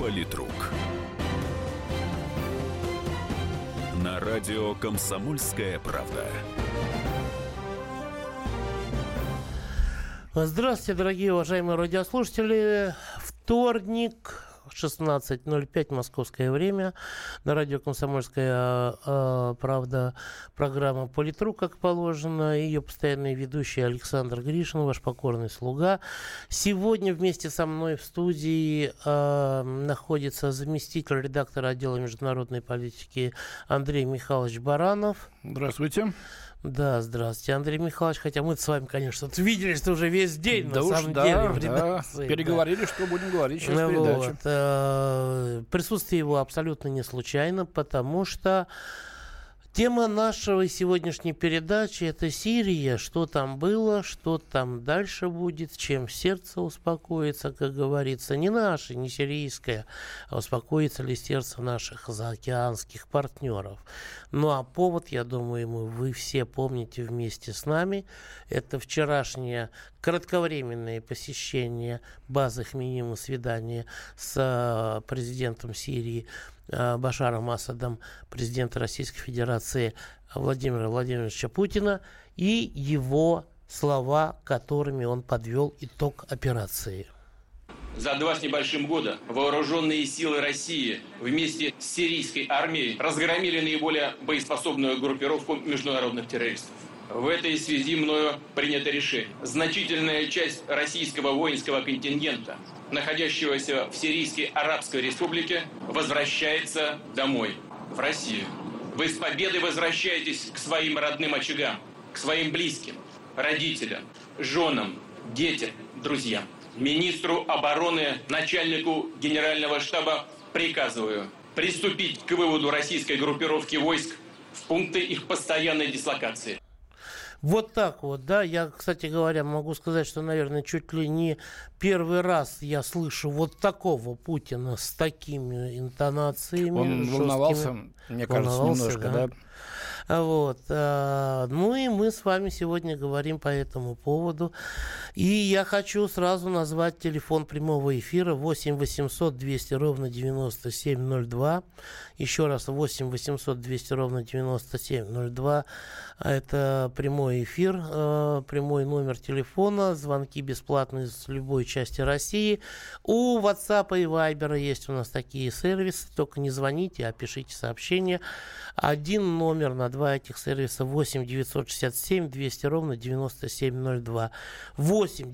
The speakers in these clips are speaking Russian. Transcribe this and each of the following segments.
Политрук. На радио «Комсомольская правда». Здравствуйте, дорогие уважаемые радиослушатели. Вторник, 16:05, московское время. На радио «Комсомольская правда» программа «Политрук», как положено. Ее постоянный ведущий Александр Гришин, ваш покорный слуга. Сегодня вместе со мной в студии находится заместитель редактора отдела международной политики Андрей Михайлович Баранов. Здравствуйте. Да, здравствуйте, Андрей Михайлович. Хотя мы с вами, конечно, виделись уже весь день, да на самом деле, в редакции. Переговорили, что будем говорить сейчас в передаче. Присутствие его абсолютно не случайно, потому что тема нашей сегодняшней передачи – это Сирия. Что там было, что там дальше будет, чем сердце успокоится, как говорится. Не наше, не сирийское, а успокоится ли сердце наших заокеанских партнеров. Ну а повод, я думаю, вы все помните вместе с нами. Это вчерашнее кратковременное посещение базы Хмеймим, свидание с президентом Сирии Башаром Асадом, президента Российской Федерации Владимира Владимировича Путина, и его слова, которыми он подвел итог операции. За 2 с небольшим года вооруженные силы России вместе с сирийской армией разгромили наиболее боеспособную группировку международных террористов. В этой связи мною принято решение. Значительная часть российского воинского контингента, находящегося в Сирийской Арабской Республике, возвращается домой, в Россию. Вы с победой возвращаетесь к своим родным очагам, к своим близким, родителям, женам, детям, друзьям. Министру обороны, начальнику генерального штаба приказываю приступить к выводу российской группировки войск в пункты их постоянной дислокации. Вот так вот, да. Я, кстати говоря, могу сказать, что, наверное, чуть ли не первый раз я слышу вот такого Путина с такими интонациями. Он волновался, мне кажется, немножко, да? Вот. Ну и мы с вами сегодня говорим по этому поводу. И я хочу сразу назвать телефон прямого эфира 8 800 200 ровно 9702. Еще раз 8 800 200 ровно 9702. Это прямой эфир, прямой номер телефона. Звонки бесплатные с любой части России. У WhatsApp и Viber есть у нас такие сервисы. Только не звоните, а пишите сообщения. Один номер на два этих сервиса 8 967 200 ровно 9702. 8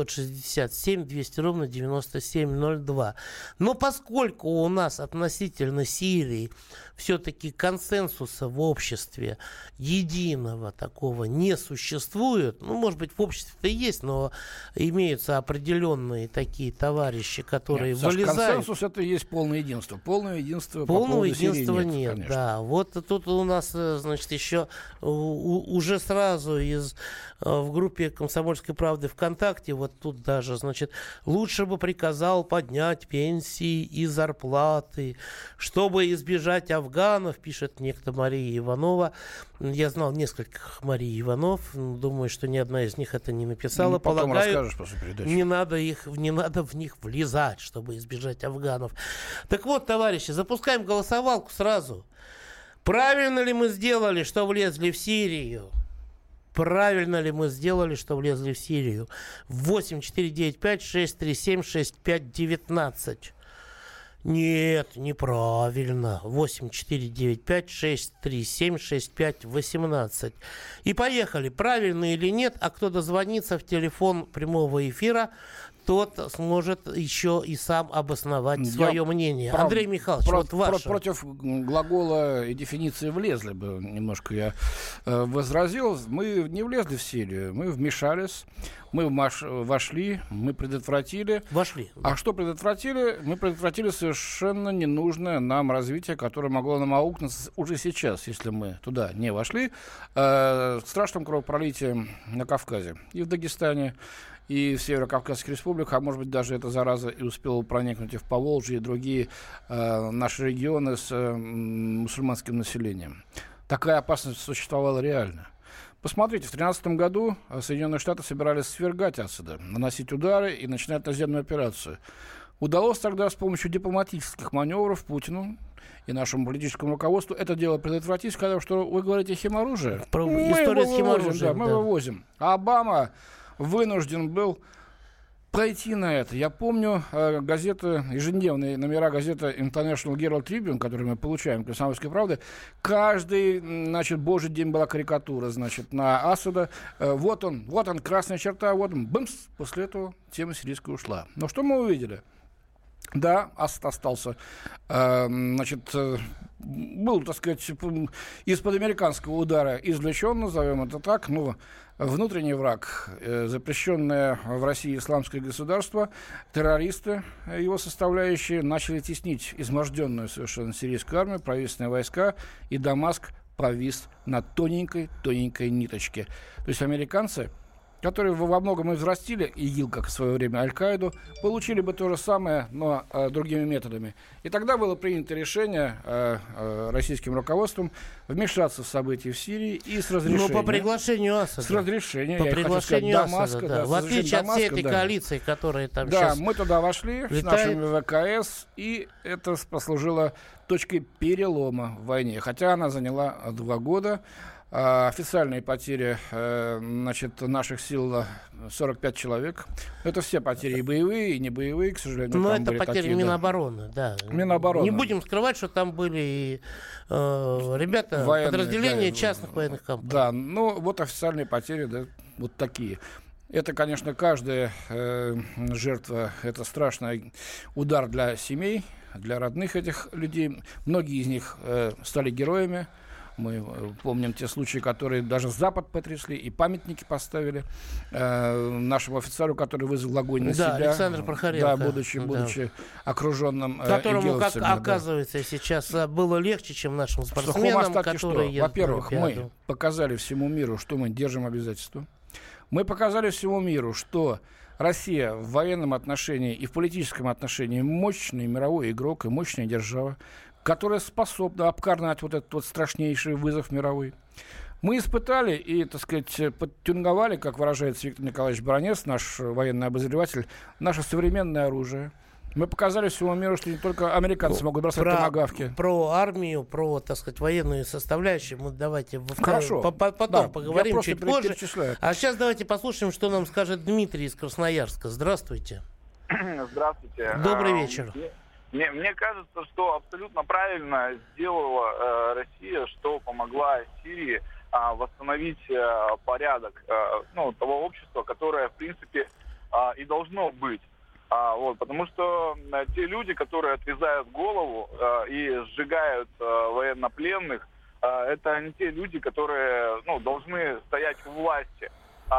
967 200 ровно 9702. Но поскольку у нас относительно Сирии все-таки консенсуса в обществе единого такого не существует, ну, может быть, в обществе-то есть, но имеются определенные такие товарищи, которые вылезают. Консенсус — это и есть полное единство. Полного единства нет, конечно. Да. Вот тут у нас, значит, еще уже сразу в группе «Комсомольской правды» ВКонтакте, вот тут даже, значит, лучше бы приказал поднять пенсии и зарплаты, чтобы избежать афганов, пишет некто Мария Иванова. Я знал нескольких Марии Иванов, думаю, что ни одна из них это не написала. Ну, потом полагаю, расскажешь после передачи. не надо в них влезать, чтобы избежать афганов. Так вот, товарищи, запускаем голосовалку сразу. Правильно ли мы сделали, что влезли в Сирию? Правильно ли мы сделали, что влезли в Сирию? 8-495-637-6519. Нет, неправильно. 8-495-637-6518. И поехали. Правильно или нет, а кто дозвонится в телефон прямого эфира, тот сможет еще и сам обосновать свое мнение. Андрей Михайлович, вот ваше. Против глагола и дефиниции «влезли» бы немножко я возразил. Мы не влезли в Сирию, мы вмешались, мы вошли, мы предотвратили. Вошли. А что предотвратили? Мы предотвратили совершенно ненужное нам развитие, которое могло нам аукнуться уже сейчас, если мы туда не вошли, страшным кровопролитием на Кавказе и в Дагестане, и в Северо-Кавказских республиках, а может быть даже эта зараза и успела проникнуть и в Поволжье, и другие наши регионы с мусульманским населением. Такая опасность существовала реально. Посмотрите, в 2013 году Соединенные Штаты собирались свергать Асада, наносить удары и начинать наземную операцию. Удалось тогда с помощью дипломатических маневров Путину и нашему политическому руководству это дело предотвратить, сказав, что вы говорите химоружие. История с химоружием. Да, мы вывозим. А Обама вынужден был пройти на это. Я помню газеты, ежедневные номера газеты International Herald Tribune, которые мы получаем, «Комсомольской правды», каждый, значит, божий день была карикатура, значит, на Асада. Вот он, красная черта, вот он, бымс. После этого тема сирийская ушла. Но что мы увидели? Да, Асад остался, значит, был, так сказать, из-под американского удара извлечен, назовем это так, внутренний враг, запрещенное в России исламское государство, террористы, его составляющие, начали теснить изможденную совершенно сирийскую армию, правительственные войска, и Дамаск повис на тоненькой ниточке. То есть американцы, которые во многом и взрастили ИГИЛ, как в свое время Аль-Каиду, получили бы то же самое, но другими методами. И тогда было принято решение российским руководством вмешаться в события в Сирии и с разрешения. Но по приглашению Асада. С разрешения. По приглашению Дамаска, Асада, да. В отличие от всей этой коалиции, которая там сейчас. Да, мы туда вошли с нашими ВКС, и это послужило точкой перелома в войне. Хотя она заняла 2 года. Официальные потери, значит, наших сил 45 человек. Это все потери, и боевые, и не боевые, к сожалению. Но это потери Минобороны, да. Минобороны. Не будем скрывать, что там были и ребята, военные, подразделения частных военных компаний. Да, вот официальные потери, да, вот такие. Это, конечно, каждая жертва, это страшный удар для семей, для родных этих людей. Многие из них стали героями. Мы помним те случаи, которые даже Запад потрясли, и памятники поставили нашему офицеру, который вызвал огонь на себя. Александр Прохоренко. Да, будучи окруженным которому, как оказывается, сейчас было легче, чем нашим спортсменам, которые ездят. Во-первых, мы показали всему миру, что мы держим обязательства. Мы показали всему миру, что Россия в военном отношении и в политическом отношении мощный мировой игрок и мощная держава, которая способна обкарнать вот этот вот страшнейший вызов мировой. Мы испытали и, так сказать, подтюнговали, как выражается Виктор Николаевич Баранец, наш военный обозреватель, наше современное оружие. Мы показали всему миру, что не только американцы могут бросать томагавки. Про армию, про, так сказать, военную составляющую мы давайте потом поговорим чуть позже. А сейчас давайте послушаем, что нам скажет Дмитрий из Красноярска. Здравствуйте. Здравствуйте. Добрый вечер. Мне кажется, что абсолютно правильно сделала Россия, что помогла Сирии восстановить порядок того общества, которое, в принципе, и должно быть. Потому что те люди, которые отрезают голову и сжигают военнопленных, это не те люди, которые должны стоять у власти.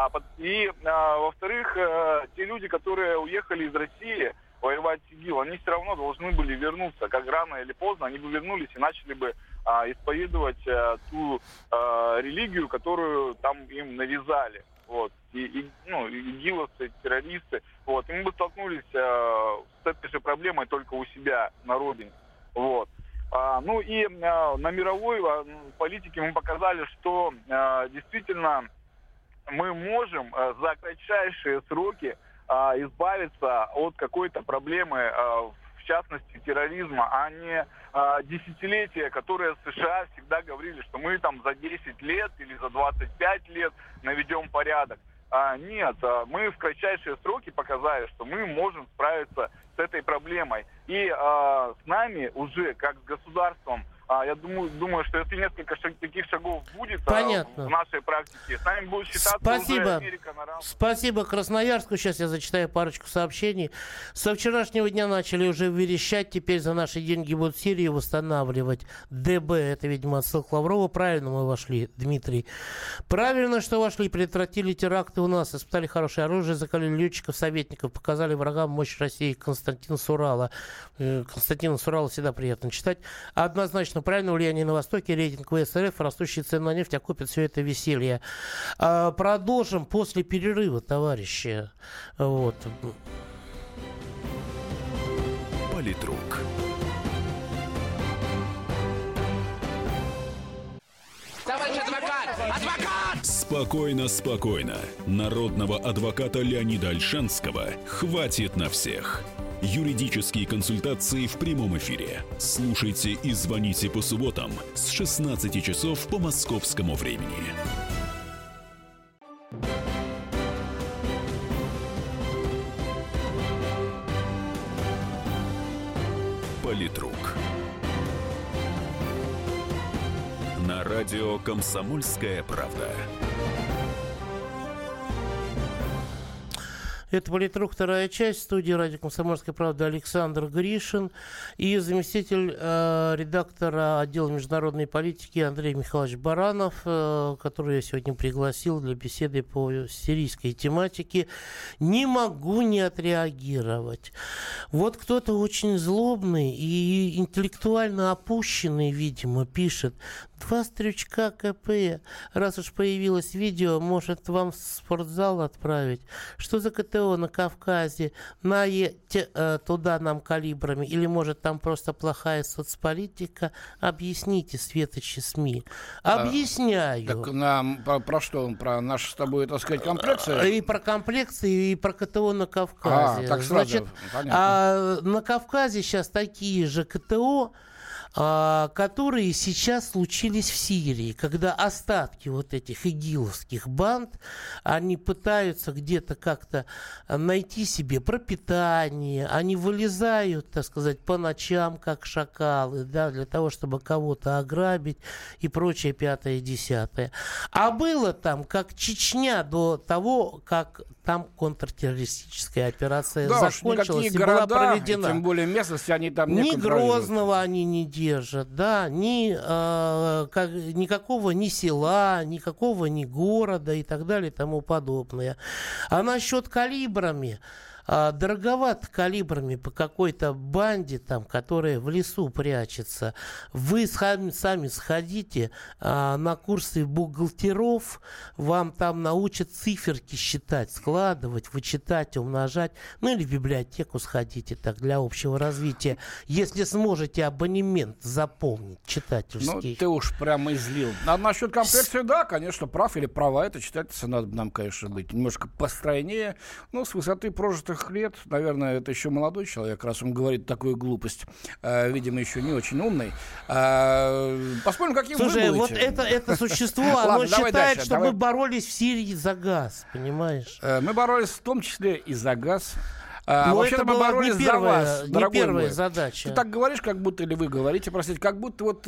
И, во-вторых, те люди, которые уехали из России воевать с ИГИЛ, они все равно должны были вернуться. Как рано или поздно они бы вернулись и начали бы исповедовать ту религию, которую там им навязали. ИГИЛовцы, террористы. И мы бы столкнулись с этой же проблемой только у себя на родине. На мировой политике мы показали, что действительно мы можем за кратчайшие сроки избавиться от какой-то проблемы, в частности терроризма, а не десятилетия, которые США всегда говорили, что мы там за 10 лет или за 25 лет наведем порядок. Нет, мы в кратчайшие сроки показали, что мы можем справиться с этой проблемой. И с нами уже, как с государством, я думаю, что если несколько таких шагов будет в нашей практике, с нами будет считаться уже Америка на равных. Спасибо Красноярску. Сейчас я зачитаю парочку сообщений. Со вчерашнего дня начали уже верещать. Теперь за наши деньги будут Сирию восстанавливать. ДБ, это, видимо, отсылка Лаврова. Правильно мы вошли, Дмитрий. Правильно, что вошли. Предотвратили теракты у нас. Испытали хорошее оружие, закалили летчиков, советников. Показали врагам мощь России. Константина Сурала всегда приятно читать. Однозначно правильное влияние на Востоке, рейтинг ВСРФ, растущие цены на нефть окупят все это веселье. Продолжим после перерыва, товарищи. Политрук. Товарищ адвокат! Адвокат! Спокойно. Народного адвоката Леонида Ольшанского хватит на всех. Юридические консультации в прямом эфире. Слушайте и звоните по субботам с 16 часов по московскому времени. Политрук. На радио «Комсомольская правда». Это «Политрук», вторая часть. В студии радио «Комсомольская правда» Александр Гришин и заместитель редактора отдела международной политики Андрей Михайлович Баранов, который я сегодня пригласил для беседы по сирийской тематике. Не могу не отреагировать. Вот кто-то очень злобный и интеллектуально опущенный, видимо, пишет: 2 стрючка КП. Раз уж появилось видео, может вам в спортзал отправить? Что за КТО на Кавказе? Туда нам калибрами? Или, может, там просто плохая соцполитика? Объясните, светочи СМИ. Объясняю. Так нам про что? Про наши с тобой, так сказать, комплекции? И про комплекции, и про КТО на Кавказе. Так Значит, понятно. на Кавказе сейчас такие же КТО, которые сейчас случились в Сирии, когда остатки вот этих игиловских банд, они пытаются где-то как-то найти себе пропитание, они вылезают, так сказать, по ночам, как шакалы, да, для того, чтобы кого-то ограбить и прочее, 5-е, 10-е. А было там, как Чечня, до того, как там контртеррористическая операция закончилась и была проведена. Тем более местности они там не контролируют. Ни Грозного они не держат, да, никакого ни села, никакого ни города и так далее и тому подобное. А насчет калибрами, дороговато калибрами по какой-то банде, там, которая в лесу прячется. Вы сами сходите на курсы бухгалтеров, вам там научат циферки считать, складывать, вычитать, умножать. Ну или в библиотеку сходите, так, для общего развития. Если сможете абонемент заполнить читательский. Ну, ты уж прямо излил. А насчет комплекции, да, конечно, прав или права. Это читательство надо нам, конечно, быть немножко постройнее. Но с высоты прожитых лет, наверное, это еще молодой человек, раз он говорит такую глупость, видимо, еще не очень умный. Посмотрим, каким Слушай, вы будете. Вот это существо, оно считает, что мы боролись в Сирии за газ, понимаешь? Мы боролись в том числе и за газ. Вообще-то мы боролись за вас, дорогой не первая мой. задача. Ты так говоришь, как будто, или вы говорите, простите, как будто вот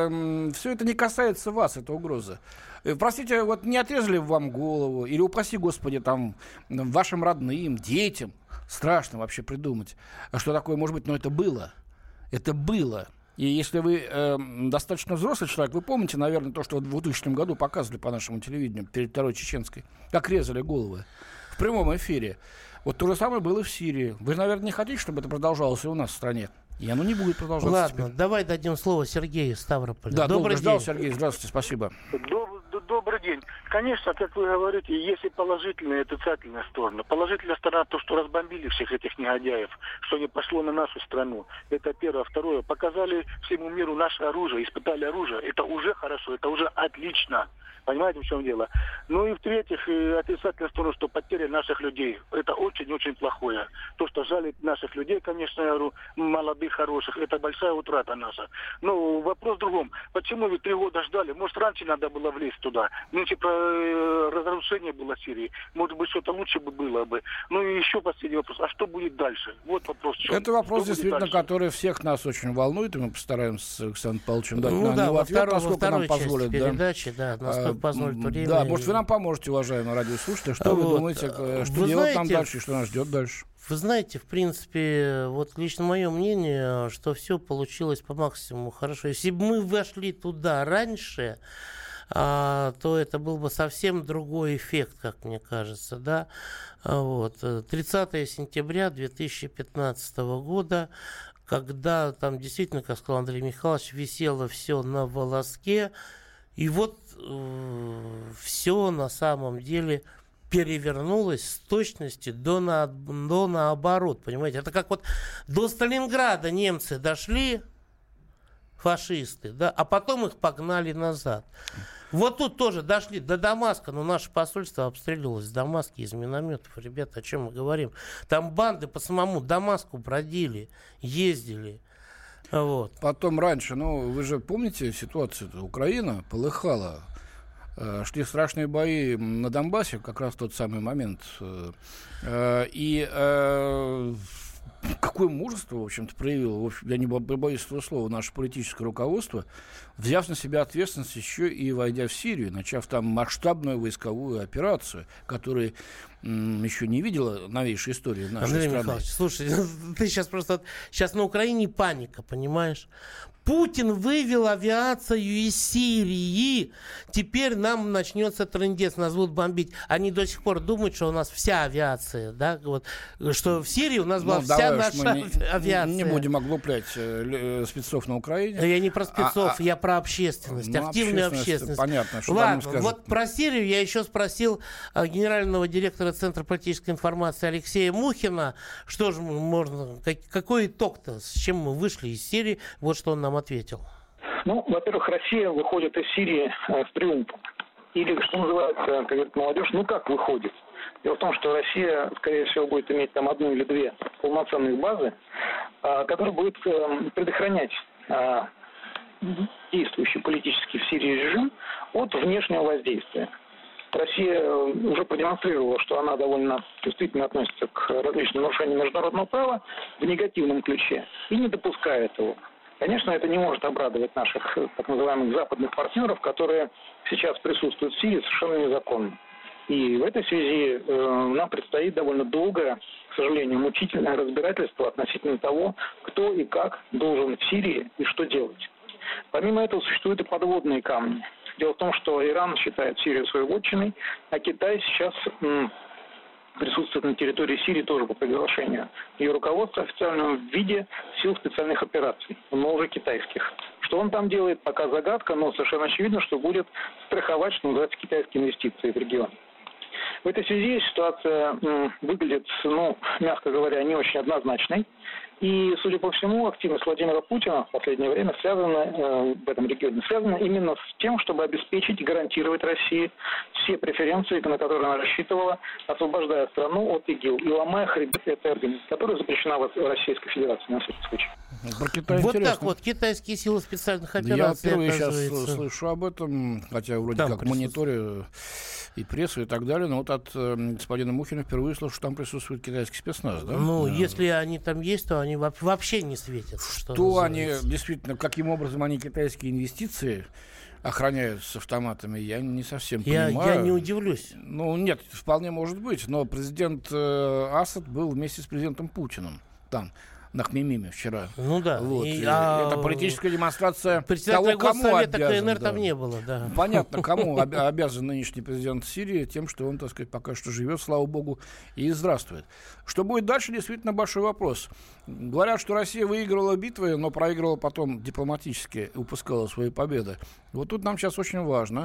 все это не касается вас, эта угроза. Простите, вот не отрезали вам голову, или, упаси Господи, там, вашим родным, детям. Страшно вообще придумать, что такое может быть, но это было. Это было. И если вы достаточно взрослый человек, вы помните, наверное, то, что в 2000 году показывали по нашему телевидению перед Второй Чеченской, как резали головы в прямом эфире. Вот то же самое было в Сирии. Вы, наверное, не хотите, чтобы это продолжалось и у нас в стране? И оно не будет продолжаться. Ладно, теперь. Давай дадим слово Сергею Ставрополю. Да, добрый ждал, день. Сергей, здравствуйте, спасибо. Добрый день. Конечно, как вы говорите, есть и положительная, и отрицательная сторона. Положительная сторона то, что разбомбили всех этих негодяев, что не пошло на нашу страну. Это первое. Второе. Показали всему миру наше оружие, испытали оружие. Это уже хорошо, это уже отлично. Понимаете, в чем дело? Ну и в-третьих, отрицательная сторона, что потеря наших людей. Это очень-очень плохое. То, что жалит наших людей, конечно, я говорю, молодых, хороших, это большая утрата наша. Но вопрос в другом. Почему ведь 3 года ждали? Может, раньше надо было влезть туда? Нынче про разрушение было Сирии. Может быть, что-то лучше бы было бы. Ну и еще последний вопрос. А что будет дальше? Вот вопрос. Это вопрос, действительно, который всех нас очень волнует, и мы постараемся с Александром Павловичем дать на него ответ, насколько нам позволит. Передачи, да, насколько позволит время. Да, может, вы нам поможете, уважаемые радиослушатели, что вы думаете, что делать нам дальше и что нас ждет дальше? Вы знаете, в принципе, вот лично мое мнение, что все получилось по максимуму хорошо. Если бы мы вошли туда раньше, то это был бы совсем другой эффект, как мне кажется, да. Вот. 30 сентября 2015 года, когда там действительно, как сказал Андрей Михайлович, висело все на волоске, и вот все на самом деле перевернулось с точностью до наоборот, понимаете? Это как вот до Сталинграда немцы дошли, фашисты, да, а потом их погнали назад. Вот тут тоже дошли до Дамаска, но наше посольство обстреливалось в Дамаске из минометов. Ребята, о чем мы говорим? Там банды по самому Дамаску бродили, ездили. Вот. Потом раньше, вы же помните ситуацию? Украина полыхала. Шли страшные бои на Донбассе, как раз в тот самый момент. И какое мужество, в общем-то, проявило, я не боюсь этого слова, наше политическое руководство, взяв на себя ответственность еще и войдя в Сирию, начав там масштабную войсковую операцию, которую еще не видела новейшая история нашей Андрей страны. Михайлович, слушай, ты сейчас сейчас на Украине паника, понимаешь? Путин вывел авиацию из Сирии. Теперь нам начнется трындец, нас будут бомбить. Они до сих пор думают, что у нас вся авиация, да, вот, что в Сирии у нас была вся наша авиация. Не будем оглуплять спецов на Украине. Я не про спецов, я про общественность, активную общественность. Понятно, что ладно, скажут. Вот про Сирию я еще спросил генерального директора Центра политической информации Алексея Мухина, что же можно, какой итог-то, с чем мы вышли из Сирии, вот что он нам ответил. Во-первых, Россия выходит из Сирии с триумфом. Или, что называется, как говорит молодежь, как выходит? Дело в том, что Россия, скорее всего, будет иметь там одну или две полноценных базы, которые будут предохранять действующий политический в Сирии режим от внешнего воздействия. Россия уже продемонстрировала, что она довольно чувствительно относится к различным нарушениям международного права в негативном ключе и не допускает его. Конечно, это не может обрадовать наших так называемых западных партнеров, которые сейчас присутствуют в Сирии совершенно незаконно. И в этой связи нам предстоит довольно долгое, к сожалению, мучительное разбирательство относительно того, кто и как должен в Сирии и что делать. Помимо этого существуют и подводные камни. Дело в том, что Иран считает Сирию своей вотчиной, а Китай сейчас присутствует на территории Сирии тоже по приглашению ее руководства официального в виде сил специальных операций, но уже китайских. Что он там делает, пока загадка, но совершенно очевидно, что будет страховать, что называется, китайские инвестиции в регион. В этой связи ситуация выглядит, мягко говоря, не очень однозначной. И, судя по всему, активность Владимира Путина в последнее время связана в этом регионе связана именно с тем, чтобы обеспечить и гарантировать России все преференции, на которые она рассчитывала, освобождая страну от ИГИЛ и ломая хребет этой организации, которая запрещена в Российской Федерации на всякий случай. Вот так вот, китайские силы специальных операций, я впервые сейчас слышу об этом, хотя вроде там как мониторю и прессу и так далее, но вот от господина Мухина впервые слышу, что там присутствует китайский спецназ, да? Если они там есть, то они вообще не светятся. Что они, действительно, каким образом они китайские инвестиции охраняют с автоматами, я не совсем понимаю. Я не удивлюсь. Нет, вполне может быть, но президент Асад был вместе с президентом Путиным там, на Хмимиме вчера. Вот. Это политическая демонстрация того, кому обязан. КНР там не было, да. Понятно, кому обязан нынешний президент Сирии тем, что он, так сказать, пока что живет, слава богу, и здравствует. Что будет дальше, действительно большой вопрос. Говорят, что Россия выиграла битвы, но проигрывала потом дипломатически, упускала свои победы. Вот тут нам сейчас очень важно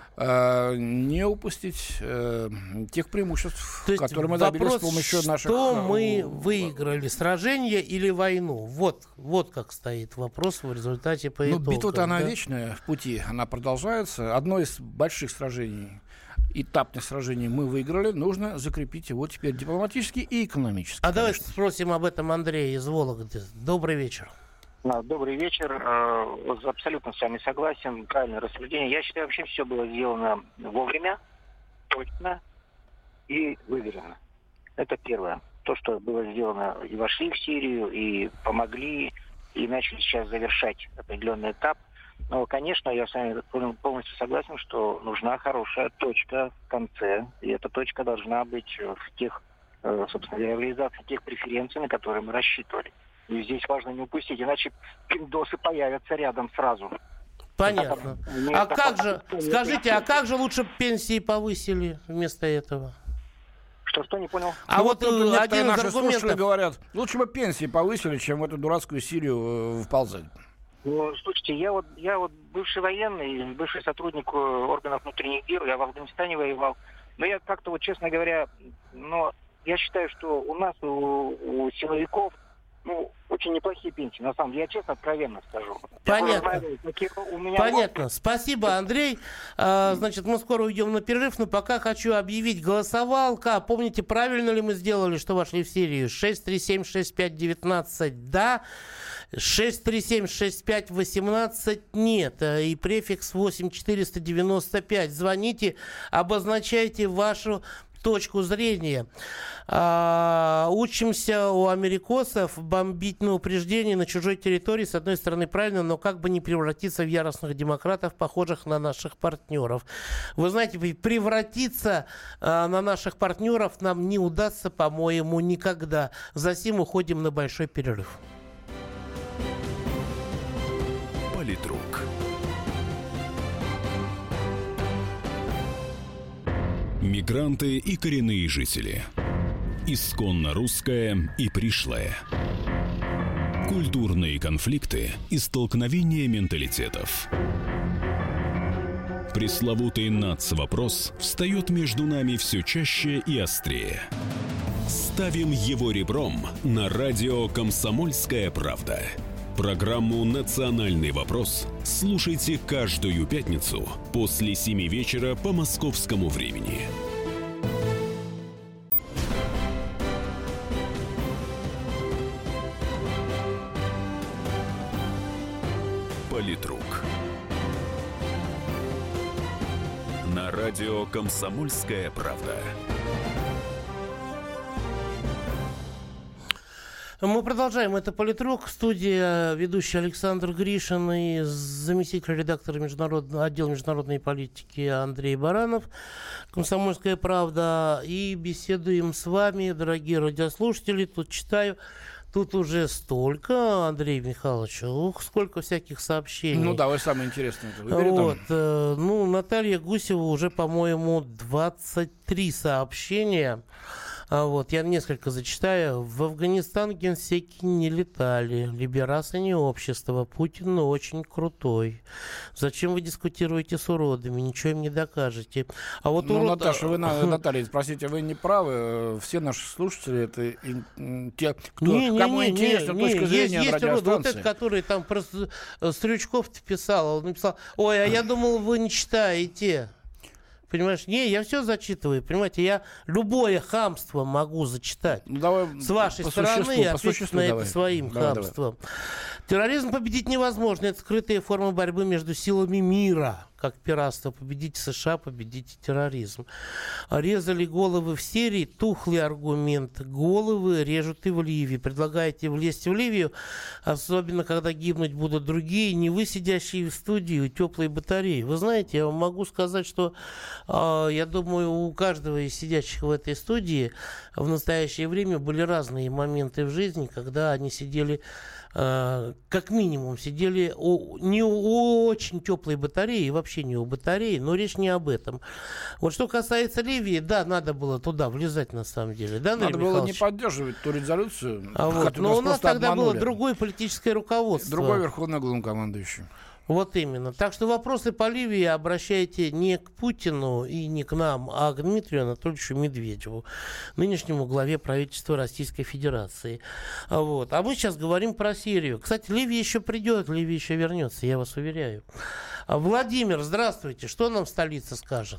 не упустить тех преимуществ, которые мы добились с помощью наших... Что мы выиграли, сражение или войну? Вот как стоит вопрос в результате по итогам. Битва-то она вечная в пути, она продолжается. Одно из больших сражений, этапных сражений мы выиграли, нужно закрепить его теперь дипломатически и экономически. Давайте спросим об этом Андрея из Вологды. Добрый вечер. Добрый вечер. Абсолютно с вами согласен. Правильное рассуждение. Я считаю, вообще все было сделано вовремя, точно и выверено. Это первое. То, что было сделано, и вошли в Сирию, и помогли, и начали сейчас завершать определенный этап. Но, конечно, я с вами полностью согласен, что нужна хорошая точка в конце. И эта точка должна быть в тех, собственно, реализации тех преференций, на которые мы рассчитывали. И здесь важно не упустить, иначе пиндосы появятся рядом сразу. Понятно. Как же лучше пенсии повысили вместо этого? Что, не понял? Вот один из аргументов говорят, лучше бы пенсии повысили, чем в эту дурацкую Сирию вползать. Слушайте, я вот бывший военный, бывший сотрудник органов внутренних дел, я в Афганистане воевал. Но я как-то, честно говоря, я считаю, что у нас, у силовиков, очень неплохие пенсии. На самом деле, я честно, откровенно скажу. Понятно. У меня Понятно. Спасибо, Андрей. Значит, мы скоро уйдем на перерыв, но пока хочу объявить голосовалка. Помните, правильно ли мы сделали, что вошли в Сирию? 6376519 да, 6376518 нет. И префикс 8495. Звоните, обозначайте вашу точку зрения. Учимся у америкосов бомбить на упреждение на чужой территории, с одной стороны, правильно, но как бы не превратиться в яростных демократов, похожих на наших партнеров. Вы знаете, превратиться на наших партнеров нам не удастся, по-моему, никогда. Засим уходим на большой перерыв. Политрук. Мигранты и коренные жители. Исконно русское и пришлое. Культурные конфликты и столкновения менталитетов. Пресловутый нацвопрос встает между нами все чаще и острее. Ставим его ребром на радио «Комсомольская правда». Программу «Национальный вопрос» слушайте каждую пятницу после 7 вечера по московскому времени. Политрук. На радио «Комсомольская правда». Мы продолжаем. Это «Политрук». Студия ведущий Александр Гришин и заместитель редактора отдела международной политики Андрей Баранов. «Комсомольская правда». И беседуем с вами, дорогие радиослушатели. Тут читаю. Тут уже столько, Андрей Михайлович, сколько всяких сообщений. Ну, давай самое интересное. Вот, Наталья Гусева уже, по-моему, 23 сообщения. Вот, я несколько зачитаю. В Афганистан генсеки не летали. Либерасы не общество. Путин очень крутой. Зачем вы дискутируете с уродами? Ничего им не докажете. А вот Наташа, Наталья, спросите, вы не правы. Все наши слушатели, это те, кому интересна точка зрения есть радиостанции. Вот этот, который там просто Стрючков писал. Он написал: ой, а я думал, вы не читаете. Понимаешь? Не, я все зачитываю. Понимаете, я любое хамство могу зачитать. Давай с вашей стороны, и ответить на это своим хамством. Терроризм победить невозможно. Это скрытая форма борьбы между силами мира. Как пиратство. Победите США, победите терроризм. Резали головы в Сирии. Тухлый аргумент. Головы режут и в Ливии. Предлагаете влезть в Ливию, особенно когда гибнуть будут другие, не вы, сидящие в студии у теплой батареи. Вы знаете, я вам могу сказать, что я думаю, у каждого из сидящих в этой студии в настоящее время были разные моменты в жизни, когда они сидели, как минимум, сидели не у очень теплой батареи, вообще не у батареи, но речь не об этом. Вот что касается Ливии, да, надо было туда влезать на самом деле. Да, надо было не поддерживать ту резолюцию. Но у нас тогда было другое политическое руководство. Другой верховный главнокомандующий. Вот именно. Так что вопросы по Ливии обращайте не к Путину и не к нам, а к Дмитрию Анатольевичу Медведеву, нынешнему главе правительства Российской Федерации. Вот. А мы сейчас говорим про Сирию. Кстати, Ливия еще придет, Ливия еще вернется, я вас уверяю. Владимир, здравствуйте. Что нам столица скажет?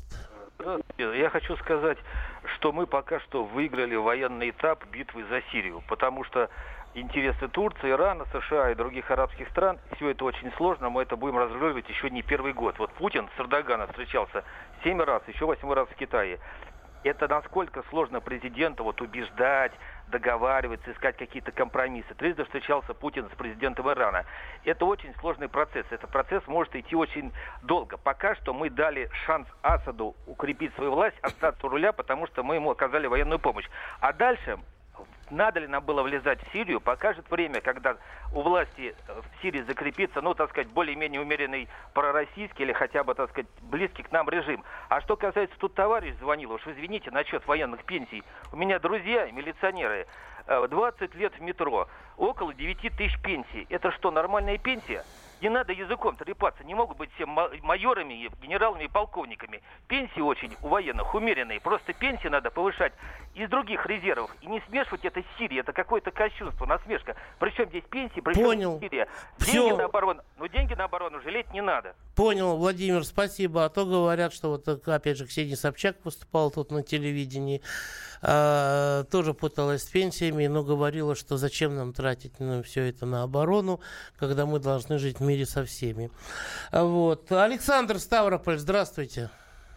Я хочу сказать, что мы пока что выиграли военный этап битвы за Сирию, потому что интересы Турции, Ирана, США и других арабских стран, все это очень сложно, мы это будем разруливать еще не первый год. Вот Путин с Эрдоганом встречался 7 раз, еще 8 раз в Китае. Это насколько сложно президенту убеждать, договариваться, искать какие-то компромиссы. Трижды встречался Путин с президентом Ирана. Это очень сложный процесс. Этот процесс может идти очень долго. Пока что мы дали шанс Асаду укрепить свою власть, остаться у руля, потому что мы ему оказали военную помощь. А дальше, надо ли нам было влезать в Сирию, покажет время, когда у власти в Сирии закрепится, более-менее умеренный пророссийский или хотя бы, близкий к нам режим. А что касается, тут товарищ звонил, уж извините, насчет военных пенсий. У меня друзья, милиционеры, 20 лет в метро, около 9 тысяч пенсий. Это что, нормальная пенсия? Не надо языком трепаться, не могут быть все майорами, генералами и полковниками. Пенсии очень у военных умеренные, просто пенсии надо повышать. из других резервов и не смешивать это с Сирией. Это какое-то кощунство, насмешка. Причем здесь пенсии, причем Сирия. Деньги на оборону жалеть не надо. Понял, Владимир, спасибо. А то говорят, что вот, опять же, Ксения Собчак выступала тут на телевидении, тоже путалась с пенсиями, но говорила, что зачем нам тратить все это на оборону, когда мы должны жить в мире со всеми. Вот. Александр, Ставрополь, здравствуйте.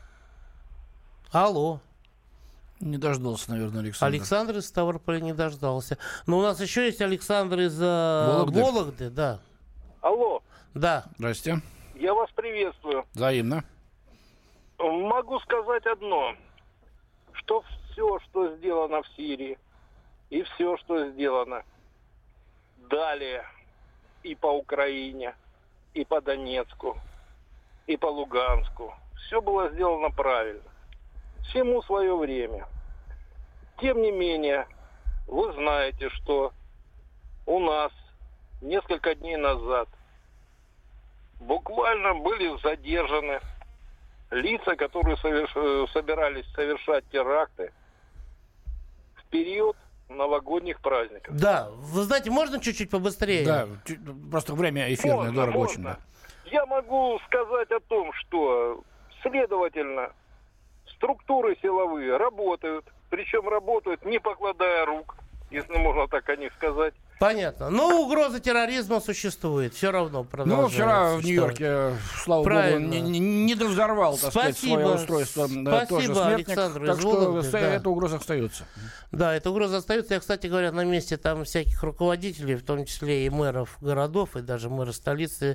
Алло. Не дождался, наверное, Александр. Александр из Ставрополя не дождался. Но у нас еще есть Александр из Вологды, да. Алло. Да. Здрасте. Я вас приветствую. Взаимно. Могу сказать одно, что все, что сделано в Сирии, и все, что сделано далее и по Украине, и по Донецку, и по Луганску, все было сделано правильно. Всему свое время. Тем не менее, вы знаете, что у нас несколько дней назад буквально были задержаны лица, которые собирались совершать теракты в период новогодних праздников. Да, вы знаете, можно чуть-чуть побыстрее? Да, просто время эфирное дорого очень. Да. Я могу сказать о том, что, следовательно, структуры силовые работают, причем работают не покладая рук, если можно так о них сказать. Понятно. Но угроза терроризма существует, все равно продолжает. Ну, вчера в Нью-Йорке, слава богу, не взорвал, так сказать, свое устройство. Спасибо, тоже смертник, Александр, так что Вологды, эта угроза остается. Да, эта угроза остается. Я, кстати говоря, на месте там всяких руководителей, в том числе и мэров городов, и даже мэра столицы,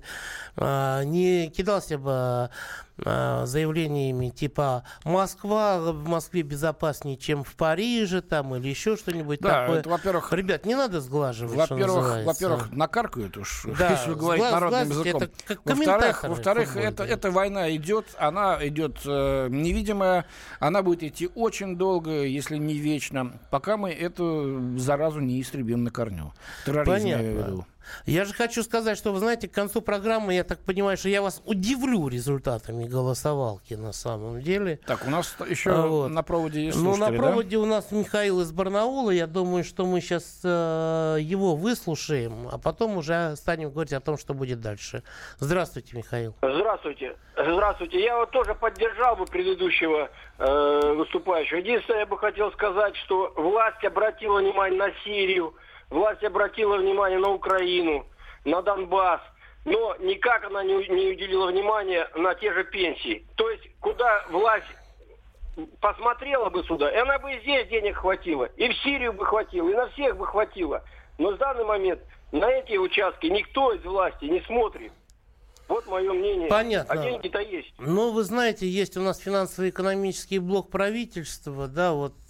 не кидался бы заявлениями типа в Москве безопаснее, чем в Париже там, или еще что-нибудь такое. Это, во-первых, ребят, не надо сглаживать, во-первых, накаркают уж, да, если вы говорите народным языком. Во-вторых, эта война идет, она идет невидимая, она будет идти очень долго, если не вечно, пока мы эту заразу не истребим на корню. Терроризм, я имею в виду. Я же хочу сказать, что, вы знаете, к концу программы, я так понимаю, что я вас удивлю результатами голосовалки на самом деле. Так, у нас еще на проводе есть слушатели, на проводе у нас Михаил из Барнаула. Я думаю, что мы сейчас его выслушаем, а потом уже станем говорить о том, что будет дальше. Здравствуйте, Михаил. Здравствуйте. Здравствуйте. Я вот тоже поддержал бы предыдущего выступающего. Единственное, я бы хотел сказать, что власть обратила внимание на Сирию, власть обратила внимание на Украину, на Донбасс, но никак она не уделила внимания на те же пенсии. То есть, куда власть посмотрела бы сюда, и она бы и здесь денег хватило, и в Сирию бы хватило, и на всех бы хватило. Но в данный момент на эти участки никто из власти не смотрит. Вот мое мнение. Понятно. А деньги-то есть. Ну, вы знаете, есть у нас финансово-экономический блок правительства, да,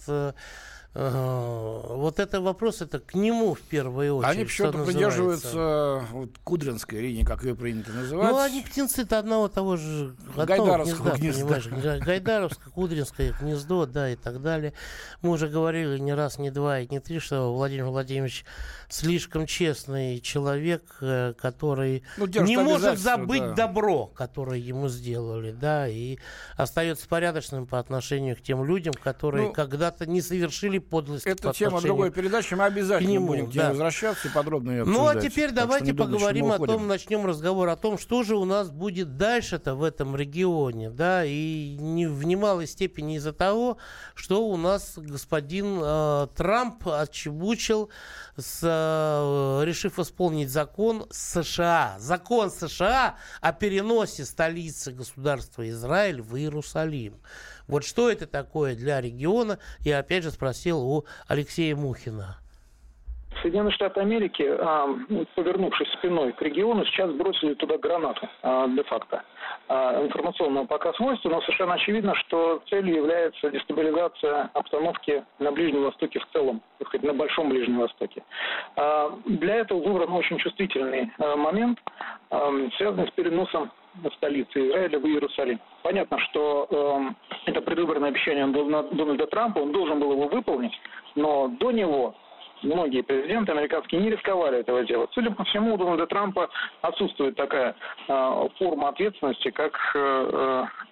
вот это вопрос, это к нему в первую очередь. Они почему-то придерживаются кудринской линии, как ее принято называть. Ну, они птенцы-то одного того же Гайдаровского гнезда. Гайдаровское, кудринское гнездо, да, и так далее. Мы уже говорили не раз, не два и не три, что Владимир Владимирович слишком честный человек, который не может забыть добро, которое ему сделали, да, и остается порядочным по отношению к тем людям, которые когда-то не совершили подлость. Это тема другой передачи, мы обязательно будем к ней возвращаться и подробно ее обсуждать. Ну, а теперь давайте поговорим о том, начнем разговор о том, что же у нас будет дальше-то в этом регионе, да, и не в немалой степени из-за того, что у нас господин Трамп отчебучил, решив исполнить закон США о переносе столицы государства Израиль в Иерусалим. Вот что это такое для региона, я опять же спросил у Алексея Мухина. Соединенные Штаты Америки, повернувшись спиной к региону, сейчас бросили туда гранату де-факто информационного пока свойства, но совершенно очевидно, что целью является дестабилизация обстановки на Ближнем Востоке в целом, так сказать, на Большом Ближнем Востоке. Для этого выбран очень чувствительный момент, связанный с переносом столицы Израиля в Иерусалим. Понятно, что это предвыборное обещание Дональда Трампа, он должен был его выполнить, но до него многие президенты американские не рисковали этого делать. Судя по всему, у Дональда Трампа отсутствует такая форма ответственности, как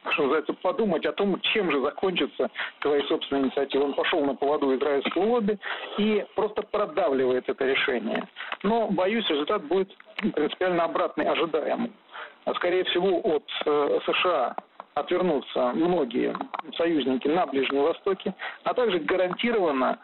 что называется, подумать о том, чем же закончится твои собственные инициативы. Он пошел на поводу израильского лобби и просто продавливает это решение. Но, боюсь, результат будет принципиально обратный ожидаемому. Скорее всего, от США отвернутся многие союзники на Ближнем Востоке, а также гарантированно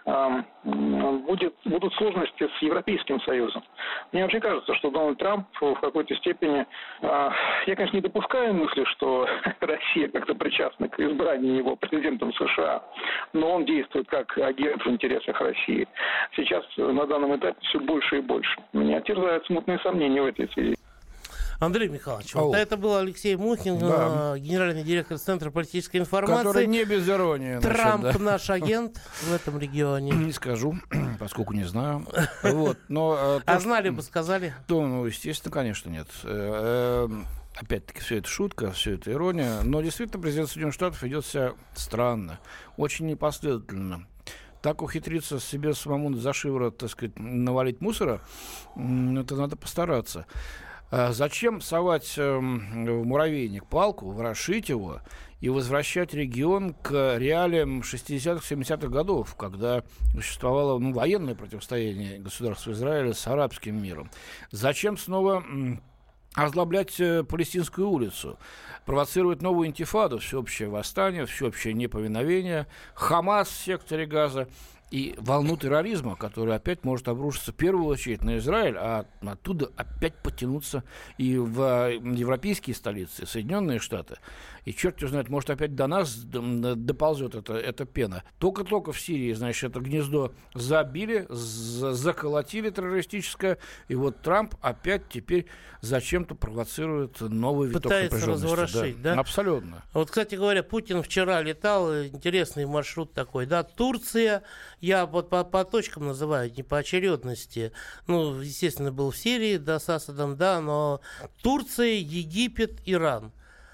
будут сложности с Европейским Союзом. Мне вообще кажется, что Дональд Трамп в какой-то степени... Я, конечно, не допускаю мысли, что Россия как-то причастна к избранию его президентом США, но он действует как агент в интересах России. Сейчас на данном этапе все больше и больше. Меня терзают смутные сомнения в этой связи. Андрей Михайлович, вот это был Алексей Мухин, генеральный директор Центра политической информации. Который не без иронии. Трамп наш агент в этом регионе. Не скажу, поскольку не знаю. Вот, но, знали бы, сказали? Ну, естественно, конечно, нет. Опять-таки, все это шутка, все это ирония. Но действительно, президент Соединенных Штатов ведет себя странно, очень непоследовательно. Так ухитриться себе самому за шиворот, так сказать, навалить мусора, это надо постараться. Зачем совать в муравейник палку, ворошить его и возвращать регион к реалиям 60-х, 70-х годов, когда существовало военное противостояние государства Израиля с арабским миром? Зачем снова озлоблять Палестинскую улицу, провоцировать новую интифаду, всеобщее восстание, всеобщее неповиновение, Хамас в секторе Газа и волну терроризма, которая опять может обрушиться в первую очередь на Израиль, а оттуда опять потянуться и в европейские столицы, Соединенные Штаты. И черт его знает, может опять до нас доползет эта пена. Только-только в Сирии, значит, это гнездо забили, заколотили террористическое, и вот Трамп опять теперь зачем-то провоцицирует новый виток напряженности. Пытается разворошить, да? Абсолютно. Вот, кстати говоря, Путин вчера летал, интересный маршрут такой, да, Турция, я вот по точкам называю, не по очередности. Ну, естественно, был в Сирии, да, с Асадом, да, но Турция, Египет, Иран.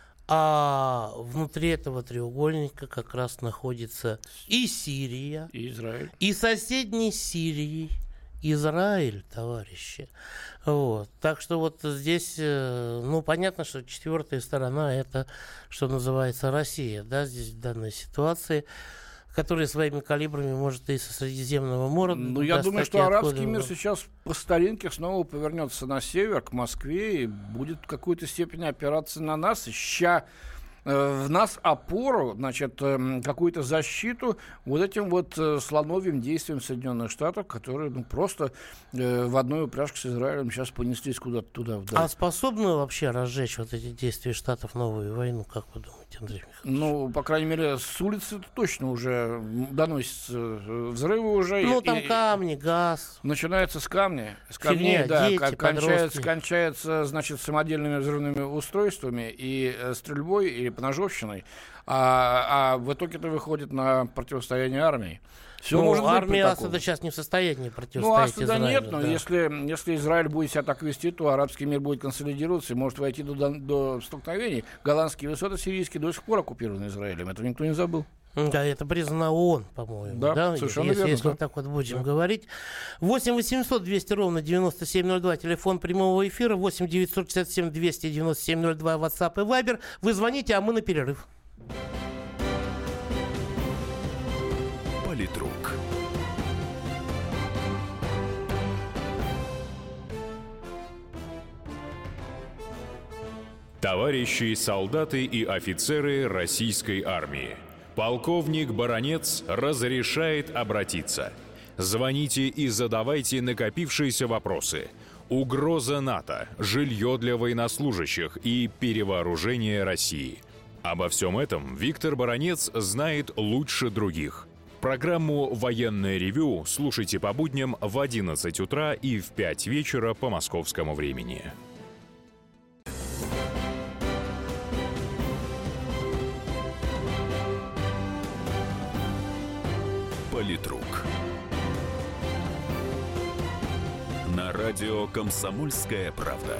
А внутри этого треугольника как раз находится и Сирия, и Израиль, и соседний с Сирией Израиль, товарищи. Вот. Так что вот здесь, ну, понятно, что четвертая сторона — это, что называется, Россия, да, здесь в данной ситуации, которая своими калибрами может и со Средиземного моря... Ну, я думаю, что арабский мир сейчас по старинке снова повернется на север, к Москве, и будет в какой-то степени опираться на нас, ища в нас опору, значит, какую-то защиту вот этим вот слоновьим действием Соединенных Штатов, которые просто в одной упряжке с Израилем сейчас понеслись куда-то туда вдаль. А способны вообще разжечь вот эти действия Штатов новую войну, как вы думаете, Андрей Михайлович? Ну, по крайней мере, с улицы точно уже доносятся взрывы уже. Ну, там камни, газ. Начинается с камней. С камней, да, дети, кончается, значит, самодельными взрывными устройствами и стрельбой, или поножовщиной, а в итоге это выходит на противостояние армии. Все может быть армия Асада сейчас не в состоянии противостоять Асада Израилю. Нет, но да. если Израиль будет себя так вести, то арабский мир будет консолидироваться и может войти до столкновений. Голландские высоты сирийские до сих пор оккупированы Израилем. Это никто не забыл. Да, это признано ООН, по-моему. Да, совершенно верно. Если вот так вот будем говорить. 8 800 200 ровно 9702, телефон прямого эфира, 8 967 297 02, WhatsApp и Viber. Вы звоните, а мы на перерыв. Политрук. Товарищи солдаты и офицеры российской армии, полковник Баранец разрешает обратиться. Звоните и задавайте накопившиеся вопросы. Угроза НАТО, жилье для военнослужащих и перевооружение России. Обо всем этом Виктор Баранец знает лучше других. Программу «Военное ревю» слушайте по будням в 11 утра и в 5 вечера по московскому времени. Политрук. На радио «Комсомольская правда».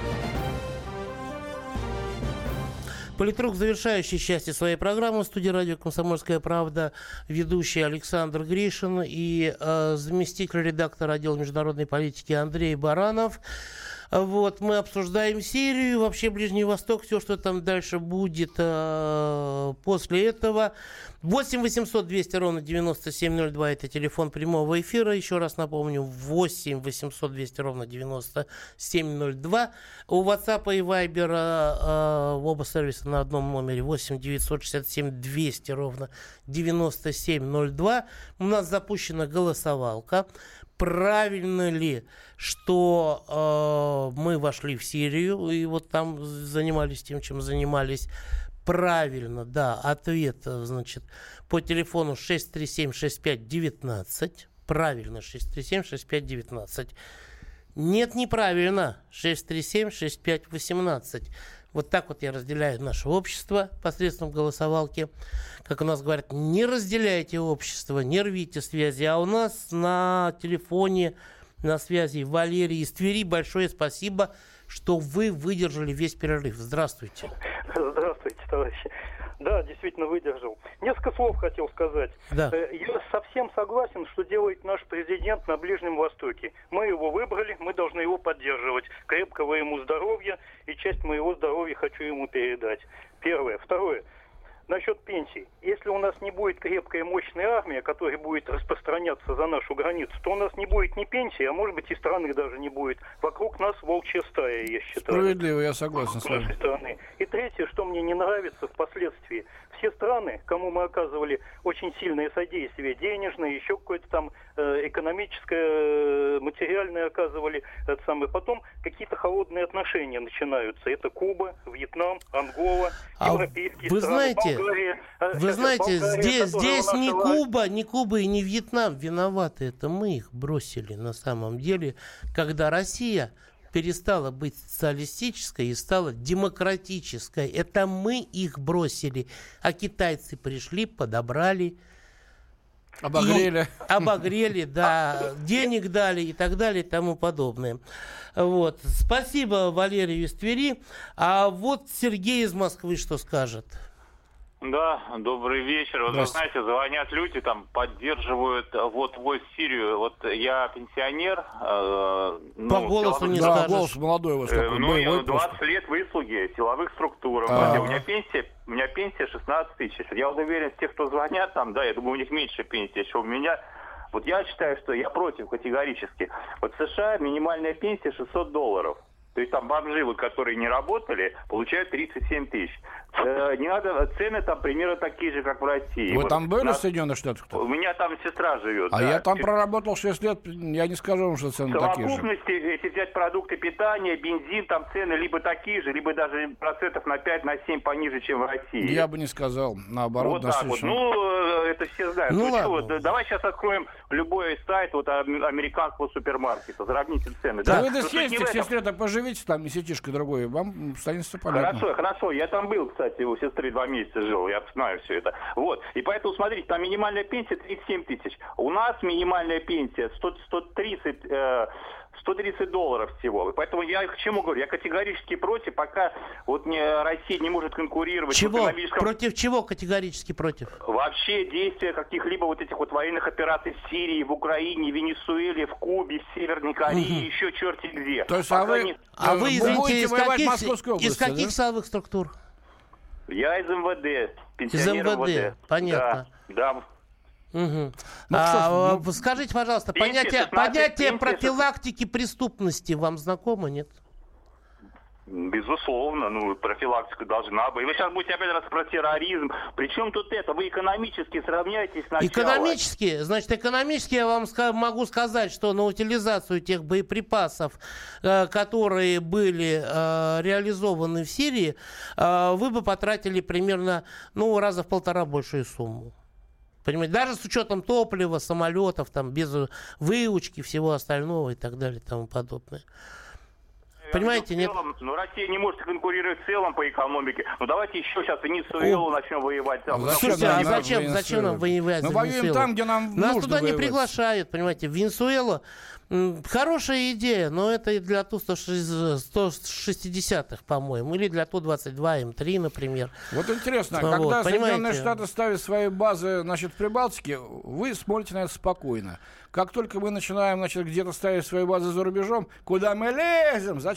Политрук, завершающий части своей программы, в студии радио «Комсомольская правда», ведущий Александр Гришин и заместитель редактора отдела международной политики Андрей Баранов. Вот, мы обсуждаем Сирию, вообще Ближний Восток, все, что там дальше будет после этого. 8 800 200 ровно 9702 это телефон прямого эфира. Еще раз напомню, 8 800 200 ровно 9702. У WhatsApp и Viber оба сервиса на одном номере 8 967 200 ровно 9702. У нас запущена голосовалка. Правильно ли, что мы вошли в Сирию и вот там занимались тем, чем занимались? Правильно, да, ответ, значит, по телефону 637-6519. Правильно, 637-6519. Нет, неправильно, 637-6518. Вот так вот я разделяю наше общество посредством голосовалки. Как у нас говорят, не разделяйте общество, не рвите связи. А у нас на телефоне, на связи Валерий из Твери. Большое спасибо, что вы выдержали весь перерыв. Здравствуйте. Здравствуйте, товарищи. Да, действительно выдержал. Несколько слов хотел сказать. Да. Я совсем согласен, что делает наш президент на Ближнем Востоке. Мы его выбрали, мы должны его поддерживать. Крепкого ему здоровья, и часть моего здоровья хочу ему передать. Первое. Второе. Насчет пенсий. Если у нас не будет крепкая и мощная армия, которая будет распространяться за нашу границу, то у нас не будет ни пенсии, а может быть и страны даже не будет. Вокруг нас волчья стая, я считаю. Справедливо, я согласен с вами. Страны. И третье, что мне не нравится впоследствии. Все страны, кому мы оказывали очень сильное содействие, денежное, еще какое-то там экономическое, материальное оказывали, потом какие-то холодные отношения начинаются. Это Куба, Вьетнам, Ангола, европейские вы страны, знаете, Болгария. Вы знаете, Болгария, здесь ни Куба и не Вьетнам виноваты. Это мы их бросили на самом деле, когда Россия перестала быть социалистической и стала демократической. Это мы их бросили. А китайцы пришли, подобрали. Обогрели, да. Денег дали и так далее и тому подобное. Вот. Спасибо Валерию из Твери. А вот Сергей из Москвы что скажет? Да, добрый вечер. Вот, вы знаете, звонят люди, там, поддерживают войск в Сирию. Вот я пенсионер. По голосу не скажешь. Голос молодой у вас такой. 20 лет выслуги силовых структур. У меня пенсия 16 тысяч. Я уверен, тех, кто звонят там, да, я думаю, у них меньше пенсии, чем у меня. Вот я считаю, что я против категорически. Вот в США минимальная пенсия $600. То есть там бомжи, вот, которые не работали, получают 37 тысяч. Не надо, цены там примерно такие же, как в России. Вы там были в Соединенных Штатах? У меня там сестра живет. А да. Я там проработал 6 лет, я не скажу вам, что цены такие же. В совокупности, если взять продукты питания, бензин, там цены либо такие же, либо даже процентов на 5-7 пониже, чем в России. Я бы не сказал, наоборот. Вот так вот. Это все знают. Давай сейчас откроем любой сайт американского супермаркета, сравните цены. Да, вы съездите к сестре, так поживите там месячишкой другой, вам станет все понятно. Хорошо, я там был, кстати, у сестры 2 месяца жил, я знаю все это. Вот, и поэтому, смотрите, там минимальная пенсия 37 тысяч. У нас минимальная пенсия $130 всего. Поэтому я к чему говорю? Я категорически против, пока Россия не может конкурировать. Чего? Против чего категорически против? Вообще действия каких-либо вот этих военных операций в Сирии, в Украине, в Венесуэле, в Кубе, в Северной Корее, еще черти где. То есть, вы, извините, из каких силовых структур? Я из МВД, пенсионер из МВД. Понятно. Да. Скажите, пожалуйста, понятие профилактики преступности вам знакомо, нет? Безусловно, профилактика должна быть. Вы сейчас будете опять раз про терроризм. Причем тут это? Вы экономически сравняетесь сначала. Экономически я вам могу сказать, что на утилизацию тех боеприпасов, которые были реализованы в Сирии, вы бы потратили примерно, раза в 1,5 большую сумму. Понимаете, даже с учетом топлива, самолетов, там, без выучки, всего остального и так далее и тому подобное. Понимаете, нет? Россия не может конкурировать в целом по экономике. Давайте еще сейчас Венесуэлу начнем воевать. Зачем нам воевать за Венесуэлу? Воюем там, где нам Нас нужно туда воевать. Не приглашают, понимаете. Венесуэла хорошая идея, но это для Ту-160-х, по-моему, или для Ту-22 М3, например. Вот интересно, когда Соединенные Штаты ставят свои базы, в Прибалтике, вы смотрите на это спокойно. Как только мы начинаем, где-то ставить свои базы за рубежом, куда мы лезем, зачем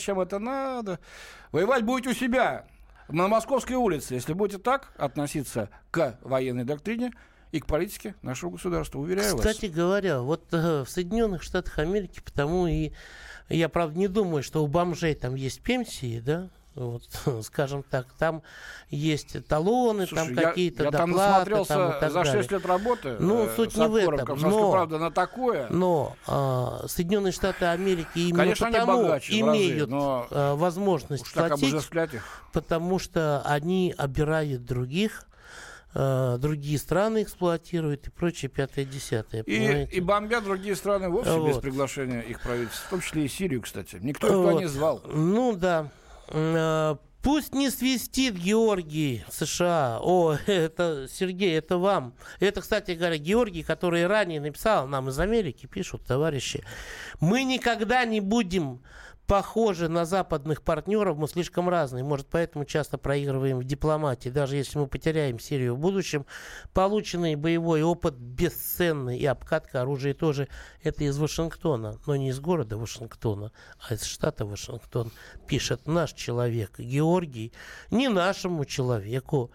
зачем это надо? Воевать будете у себя, на Московской улице, если будете так относиться к военной доктрине и к политике нашего государства, уверяю вас. Кстати говоря, вот в Соединенных Штатах Америки, потому и я, правда, не думаю, что у бомжей там есть пенсии, да, вот, скажем так, там есть талоны, там какие-то доплаты. Я там насмотрелся там, и так за 6 далее. лет работы. Ну, суть не в этом. Правда, на такое. Но Соединенные Штаты Америки именно конечно, потому богаче, имеют разы, возможность платить, потому что они обирают других, другие страны эксплуатируют и прочее, 5-10. И бомбят другие страны вовсе без приглашения их правительств, в том числе и Сирию, кстати. Никто их туда не звал. Ну да. Пусть не свистит Георгий США. Это, Сергей, это вам. Это, кстати говоря, Георгий, который ранее написал, нам из Америки пишут, товарищи. Мы никогда не будем похожи на западных партнеров, мы слишком разные. Может, поэтому часто проигрываем в дипломатии. Даже если мы потеряем Сирию в будущем, полученный боевой опыт бесценный, и обкатка оружия тоже. Это из Вашингтона, но не из города Вашингтона, а из штата Вашингтон. Пишет наш человек Георгий, не нашему человеку,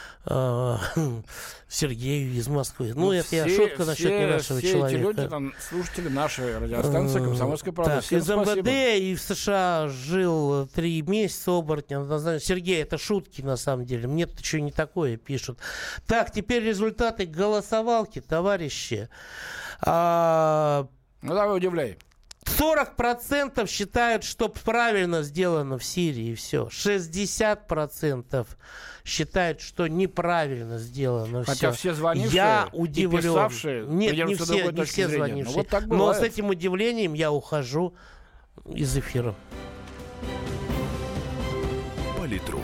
Сергею из Москвы. Ну, это я шутка насчет не нашего человека. Эти люди, там, слушатели нашей радиостанции «Комсомольская правда». Так, из МВД и в США жил 3 месяца оборотня. Сергей, это шутки на самом деле. Мне-то что не такое пишут. Так, теперь результаты голосовалки, товарищи. Ну, давай удивляй. 40% считают, что правильно сделано в Сирии, и все. 60% считают, что неправильно сделано все. Хотя все звонившие я удивлен. И писавшие, нет, не все звонившие. Ну, вот так но с этим удивлением я ухожу из эфира. Политрук.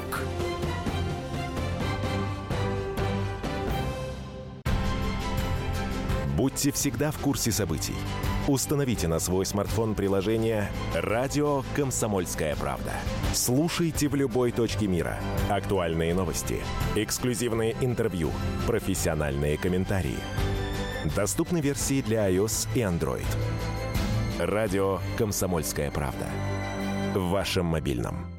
Будьте всегда в курсе событий. Установите на свой смартфон приложение «Радио Комсомольская правда». Слушайте в любой точке мира. Актуальные новости, эксклюзивные интервью, профессиональные комментарии. Доступны версии для iOS и Android. «Радио Комсомольская правда». В вашем мобильном.